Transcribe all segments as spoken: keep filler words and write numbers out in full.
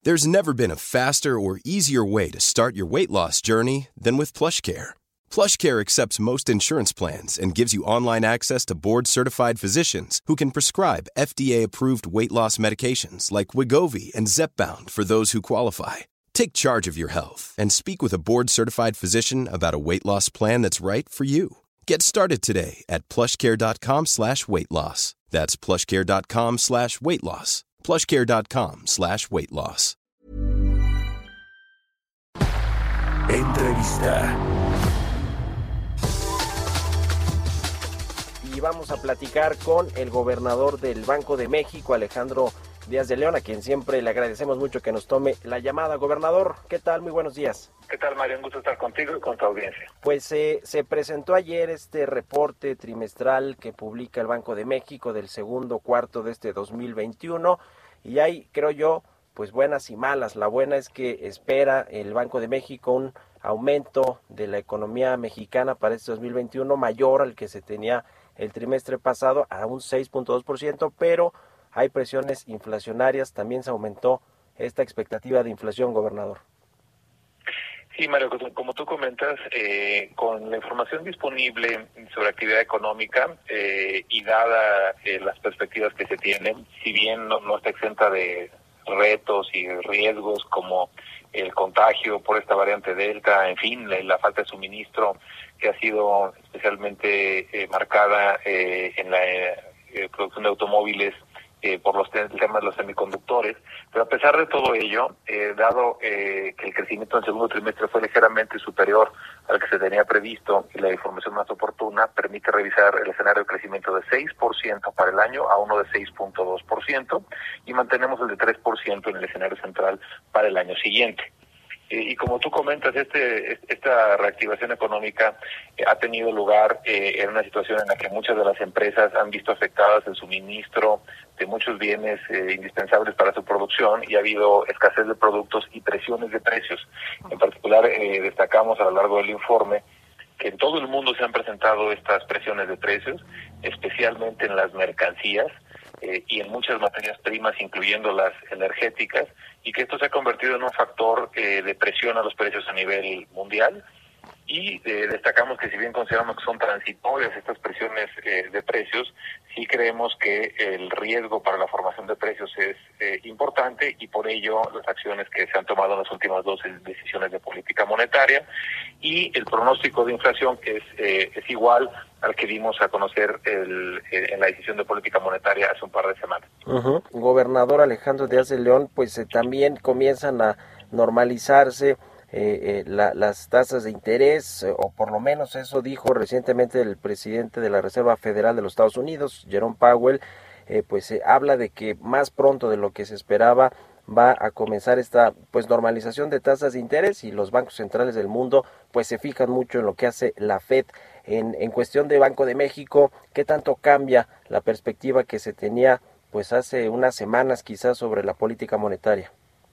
There's never been a faster or easier way to start your weight loss journey than with PlushCare. PlushCare accepts most insurance plans and gives you online access to board-certified physicians who can prescribe F D A-approved weight loss medications like Wegovy and Zepbound for those who qualify. Take charge of your health and speak with a board-certified physician about a weight loss plan that's right for you. Get started today at plushcare.com slash weight loss. That's plushcare.com slash weight loss. plushcare.com slash weight loss. Entrevista. Y vamos a platicar con el gobernador del Banco de México, Alejandro Díaz de León, a quien siempre le agradecemos mucho que nos tome la llamada. Gobernador, ¿qué tal? Muy buenos días. ¿Qué tal, Mario? Un gusto estar contigo y con tu audiencia. Pues eh, se presentó ayer este reporte trimestral que publica el Banco de México del segundo cuarto de este dos mil veintiuno y hay, creo yo, pues buenas y malas. La buena es que espera el Banco de México un aumento de la economía mexicana para este dos mil veintiuno mayor al que se tenía el trimestre pasado, a un seis punto dos por ciento, pero hay presiones inflacionarias. También se aumentó esta expectativa de inflación, gobernador. Sí, Mario, como tú comentas, eh, con la información disponible sobre actividad económica eh, y dada eh, las perspectivas que se tienen, si bien no, no está exenta de retos y riesgos como el contagio por esta variante Delta, en fin, la, la falta de suministro que ha sido especialmente eh, marcada eh, en la eh, producción de automóviles eh, por los temas de los semiconductores, pero a pesar de todo ello, eh, dado eh, que el crecimiento en el segundo trimestre fue ligeramente superior al que se tenía previsto y la información más oportuna, permite revisar el escenario de crecimiento de seis por ciento para el año a uno de seis punto dos por ciento y mantenemos el de tres por ciento en el escenario central para el año siguiente. Y como tú comentas, este esta reactivación económica eh, ha tenido lugar eh, en una situación en la que muchas de las empresas han visto afectadas el suministro de muchos bienes eh, indispensables para su producción y ha habido escasez de productos y presiones de precios. En particular, eh, destacamos a lo largo del informe que en todo el mundo se han presentado estas presiones de precios, especialmente en las mercancías, Eh, y en muchas materias primas, incluyendo las energéticas, y que esto se ha convertido en un factor eh, de presión a los precios a nivel mundial. Y eh, destacamos que si bien consideramos que son transitorias estas presiones eh, de precios, sí creemos que el riesgo para la formación de precios es eh, importante y por ello las acciones que se han tomado en las últimas dos decisiones de política monetaria y el pronóstico de inflación que es, eh, es igual al que dimos a conocer el, eh, en la decisión de política monetaria hace un par de semanas. Uh-huh. Gobernador Alejandro Díaz de León, pues eh, también comienzan a normalizarse Eh, eh, la, las tasas de interés, eh, o por lo menos eso dijo recientemente el presidente de la Reserva Federal de los Estados Unidos, Jerome Powell. Eh, pues se eh, habla de que más pronto de lo que se esperaba va a comenzar esta pues normalización de tasas de interés y los bancos centrales del mundo pues se fijan mucho en lo que hace la Fed. En, en cuestión de Banco de México, ¿qué tanto cambia la perspectiva que se tenía pues hace unas semanas quizás sobre la política monetaria?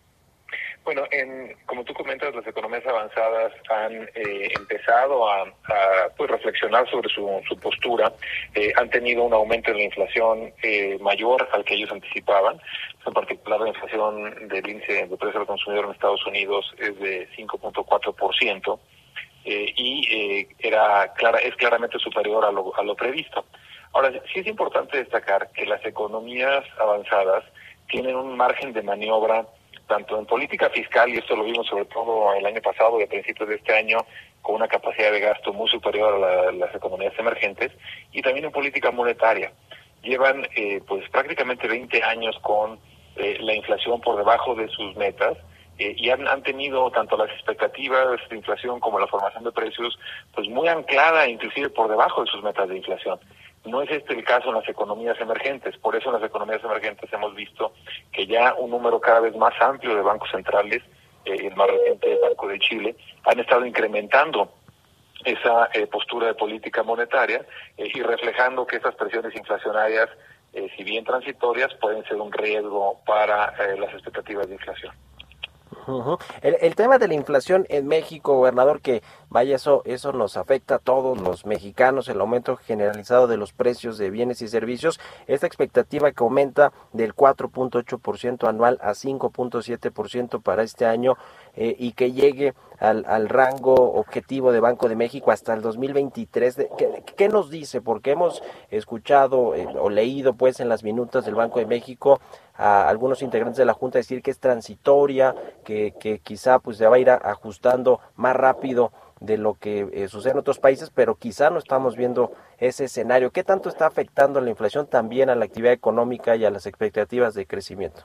Bueno, en, como tú comentas, las economías avanzadas han eh, empezado a, a pues, reflexionar sobre su, su postura, eh, han tenido un aumento en la inflación eh, mayor al que ellos anticipaban. En particular, la inflación del índice de precios al consumidor en Estados Unidos es de cinco punto cuatro por ciento eh, y eh, era clara, es claramente superior a lo, a lo previsto. Ahora, sí es importante destacar que las economías avanzadas tienen un margen de maniobra tanto en política fiscal, y esto lo vimos sobre todo el año pasado y a principios de este año, con una capacidad de gasto muy superior a la, las economías emergentes, y también en política monetaria. Llevan eh, pues prácticamente veinte años con eh, la inflación por debajo de sus metas, eh, y han, han tenido tanto las expectativas de inflación como la formación de precios pues muy anclada, inclusive por debajo de sus metas de inflación. No es este el caso en las economías emergentes, por eso en las economías emergentes hemos visto que ya un número cada vez más amplio de bancos centrales, eh, el más reciente el Banco de Chile, han estado incrementando esa eh, postura de política monetaria eh, y reflejando que estas presiones inflacionarias, eh, si bien transitorias, pueden ser un riesgo para eh, las expectativas de inflación. Uh-huh. El, el tema de la inflación en México, gobernador, que vaya, eso, eso nos afecta a todos los mexicanos, el aumento generalizado de los precios de bienes y servicios, esta expectativa que aumenta del cuatro punto ocho por ciento anual a cinco punto siete por ciento para este año, eh, y que llegue al, al rango objetivo de Banco de México hasta el dos mil veintitrés. De, ¿qué, ¿Qué nos dice? Porque hemos escuchado eh, o leído pues en las minutas del Banco de México a algunos integrantes de la Junta decir que es transitoria, que, que quizá pues se va a ir a, ajustando más rápido de lo que eh, sucede en otros países, pero quizá no estamos viendo ese escenario. ¿Qué tanto está afectando la inflación también a la actividad económica y a las expectativas de crecimiento?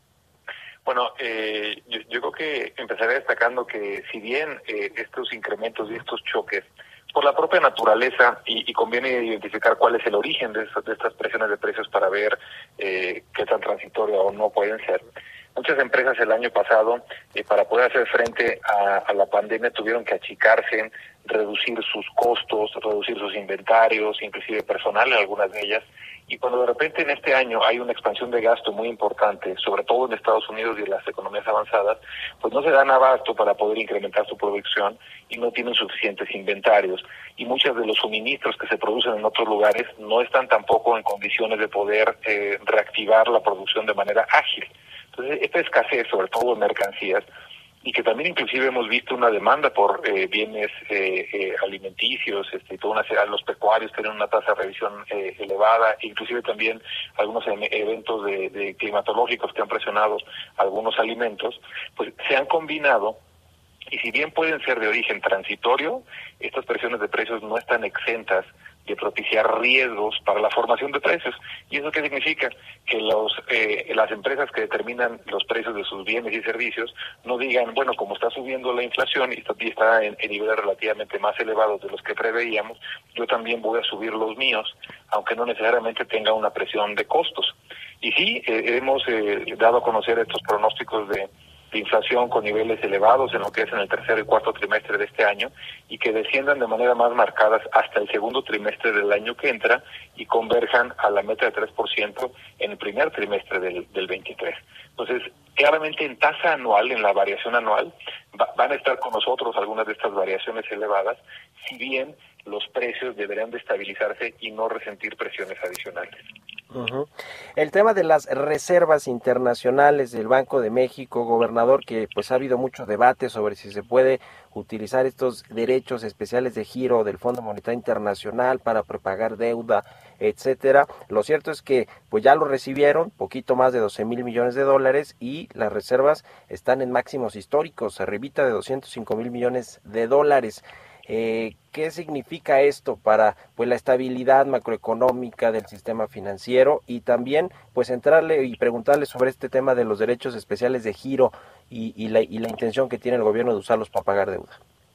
Bueno, eh, yo, yo creo que empezaré destacando que si bien eh, estos incrementos y estos choques, por la propia naturaleza, y, y conviene identificar cuál es el origen de, estos, de estas presiones de precios para ver eh, qué tan transitoria o no pueden ser. Muchas empresas el año pasado, eh, para poder hacer frente a, a la pandemia, tuvieron que achicarse, reducir sus costos, reducir sus inventarios, inclusive personal en algunas de ellas. Y cuando de repente en este año hay una expansión de gasto muy importante, sobre todo en Estados Unidos y en las economías avanzadas, pues no se dan abasto para poder incrementar su producción y no tienen suficientes inventarios. Y muchos de los suministros que se producen en otros lugares no están tampoco en condiciones de poder eh, reactivar la producción de manera ágil. Entonces, esta escasez, sobre todo en mercancías, y que también inclusive hemos visto una demanda por eh, bienes eh, eh, alimenticios, este, toda una serie, los pecuarios tienen una tasa de revisión eh, elevada, inclusive también algunos em- eventos de, de climatológicos que han presionado algunos alimentos, pues se han combinado. Y si bien pueden ser de origen transitorio, estas presiones de precios no están exentas de propiciar riesgos para la formación de precios. ¿Y eso qué significa? Que los eh, las empresas que determinan los precios de sus bienes y servicios no digan, bueno, como está subiendo la inflación y está, y está en, en niveles relativamente más elevados de los que preveíamos, yo también voy a subir los míos, aunque no necesariamente tenga una presión de costos. Y sí, eh, hemos eh, dado a conocer estos pronósticos de de inflación con niveles elevados en lo que es en el tercer y cuarto trimestre de este año y que desciendan de manera más marcada hasta el segundo trimestre del año que entra y converjan a la meta de tres por ciento en el primer trimestre del, del veintitrés. Entonces, claramente en tasa anual, en la variación anual, va, van a estar con nosotros algunas de estas variaciones elevadas, si bien los precios deberán de estabilizarse y no resentir presiones adicionales. Uh-huh. El tema de las reservas internacionales del Banco de México, gobernador, que pues ha habido mucho debate sobre si se puede utilizar estos derechos especiales de giro del Fondo Monetario Internacional para prepagar deuda, etcétera. Lo cierto es que pues ya lo recibieron, poquito más de doce mil millones de dólares, y las reservas están en máximos históricos, arribita de doscientos cinco mil millones de dólares. Eh, ¿Qué significa esto para pues la estabilidad macroeconómica del sistema financiero? Y también pues entrarle y preguntarle sobre este tema de los derechos especiales de giro y, y, la, y la intención que tiene el gobierno de usarlos para pagar deuda.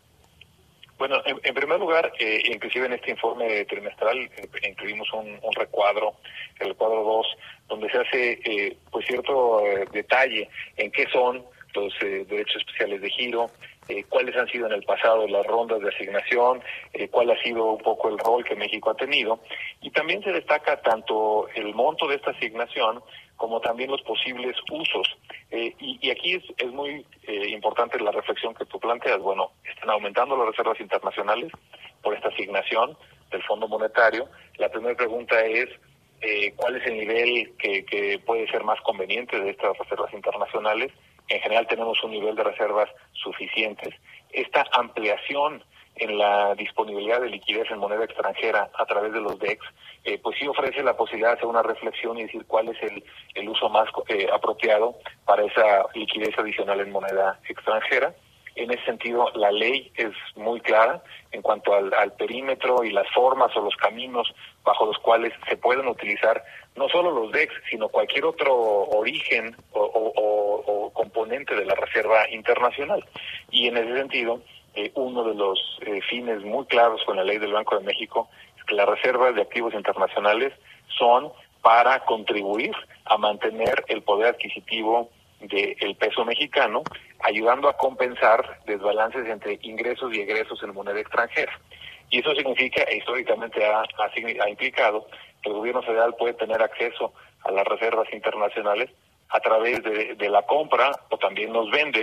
Bueno, en, en primer lugar, eh, inclusive en este informe trimestral eh, incluimos un, un recuadro, el recuadro dos, donde se hace eh, pues cierto eh, detalle en qué son los eh, derechos especiales de giro, eh, cuáles han sido en el pasado las rondas de asignación, eh, cuál ha sido un poco el rol que México ha tenido, y también se destaca tanto el monto de esta asignación como también los posibles usos. Eh, y, y aquí es, es muy eh, importante la reflexión que tú planteas. Bueno, están aumentando las reservas internacionales por esta asignación del Fondo Monetario. La primera pregunta es, eh, ¿cuál es el nivel que, que puede ser más conveniente de estas reservas internacionales? En general tenemos un nivel de reservas suficientes. Esta ampliación en la disponibilidad de liquidez en moneda extranjera a través de los D E X, eh, pues sí ofrece la posibilidad de hacer una reflexión y decir cuál es el, el uso más eh, apropiado para esa liquidez adicional en moneda extranjera. En ese sentido, la ley es muy clara en cuanto al, al perímetro y las formas o los caminos bajo los cuales se pueden utilizar no solo los D E X, sino cualquier otro origen o, o, o, o componente de la reserva internacional. Y en ese sentido, eh, uno de los eh, fines muy claros con la ley del Banco de México es que las reservas de activos internacionales son para contribuir a mantener el poder adquisitiativo del peso mexicano, ayudando a compensar desbalances entre ingresos y egresos en moneda extranjera. Y eso significa, e históricamente ha, ha, ha implicado, que el gobierno federal puede tener acceso a las reservas internacionales a través de, de la compra, o también nos venden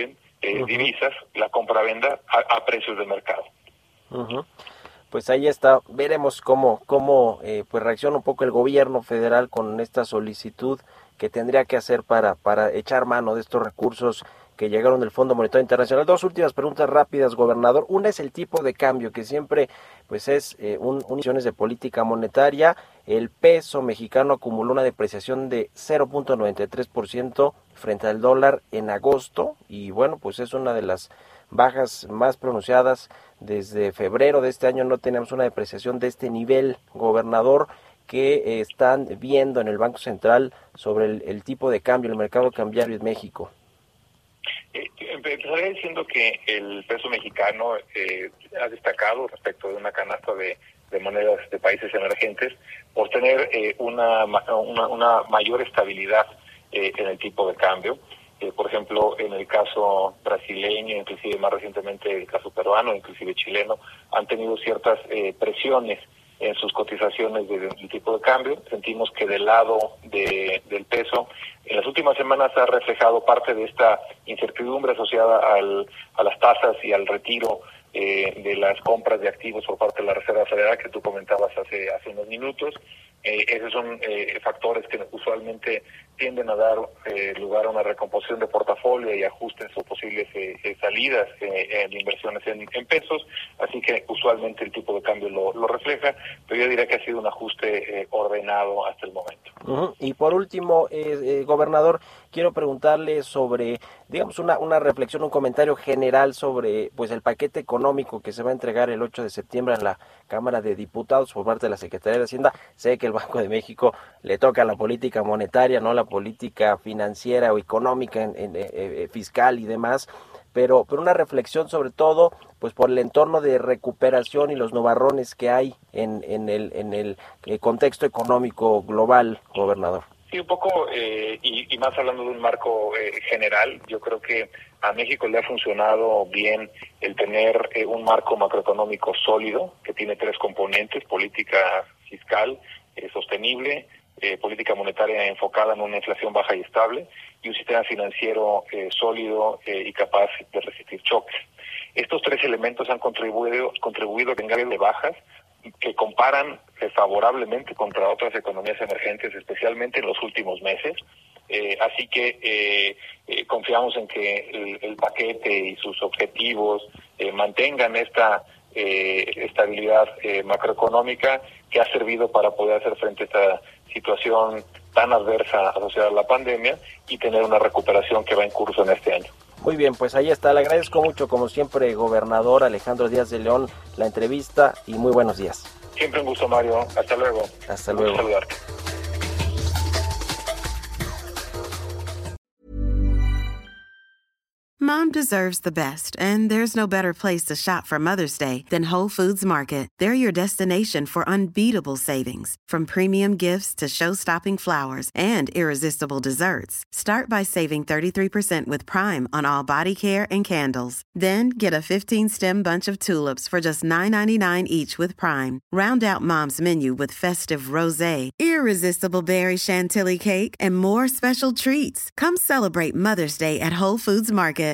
eh, uh-huh. divisas, la compra-venda a, a precios de mercado. Uh-huh. Pues ahí está, veremos cómo, cómo eh, pues reacciona un poco el gobierno federal con esta solicitud que tendría que hacer para, para echar mano de estos recursos que llegaron del Fondo Monetario Internacional. Dos últimas preguntas rápidas, gobernador. Una es el tipo de cambio, que siempre pues es eh, un, un de política monetaria. El peso mexicano acumuló una depreciación de cero punto noventa y tres por ciento frente al dólar en agosto, y bueno, pues es una de las bajas más pronunciadas. Desde febrero de este año no tenemos una depreciación de este nivel, gobernador. ¿Qué eh, están viendo en el Banco Central sobre el, el tipo de cambio, el mercado cambiario en México? Eh, empezaré diciendo que el peso mexicano eh, ha destacado respecto de una canasta de, de monedas de países emergentes por tener eh, una, una, una mayor estabilidad eh, en el tipo de cambio. Eh, por ejemplo, en el caso brasileño, inclusive más recientemente el caso peruano, inclusive chileno, han tenido ciertas eh, presiones en sus cotizaciones del de, de tipo de cambio. Sentimos que del lado de, del peso, en las últimas semanas ha reflejado parte de esta incertidumbre asociada al, a las tasas y al retiro eh, de las compras de activos por parte de la Reserva Federal, que tú comentabas hace, hace unos minutos. Eh, esos son eh, factores que usualmente tienden a dar eh, lugar a una recomposición de portafolio y ajustes o posibles eh, eh, salidas eh, en inversiones en, en pesos, así que usualmente el tipo de cambio lo, lo refleja, pero yo diría que ha sido un ajuste eh, ordenado hasta el momento. Uh-huh. Y por último, eh, eh, gobernador, quiero preguntarle sobre, digamos, una, una reflexión, un comentario general sobre pues el paquete económico que se va a entregar el ocho de septiembre en la Cámara de Diputados por parte de la Secretaría de Hacienda. Sé que el Banco de México le toca la política monetaria, no la política financiera o económica, en, en, eh, fiscal y demás, pero, pero una reflexión sobre todo pues por el entorno de recuperación y los nubarrones que hay en, en el, en el eh, contexto económico global, gobernador. Sí, un poco, eh, y, y más hablando de un marco eh, general, yo creo que a México le ha funcionado bien el tener eh, un marco macroeconómico sólido, que tiene tres componentes: política fiscal eh, sostenible, eh, política monetaria enfocada en una inflación baja y estable, y un sistema financiero eh, sólido eh, y capaz de resistir choques. Estos tres elementos han contribuido, contribuido a tener de bajas que comparan eh, favorablemente contra otras economías emergentes, especialmente en los últimos meses. Eh, así que eh, eh, confiamos en que el, el paquete y sus objetivos eh, mantengan esta eh, estabilidad eh, macroeconómica que ha servido para poder hacer frente a esta situación tan adversa asociada a la pandemia y tener una recuperación que va en curso en este año. Muy bien, pues ahí está. Le agradezco mucho, como siempre, gobernador Alejandro Díaz de León, la entrevista y muy buenos días. Siempre un gusto, Mario. Hasta luego. Hasta luego. Un gusto saludarte. Mom deserves the best, and there's no better place to shop for Mother's Day than Whole Foods Market. They're your destination for unbeatable savings, from premium gifts to show-stopping flowers and irresistible desserts. Start by saving thirty-three percent with Prime on all body care and candles. Then get a fifteen-stem bunch of tulips for just nine ninety-nine each with Prime. Round out Mom's menu with festive rosé, irresistible berry chantilly cake, and more special treats. Come celebrate Mother's Day at Whole Foods Market.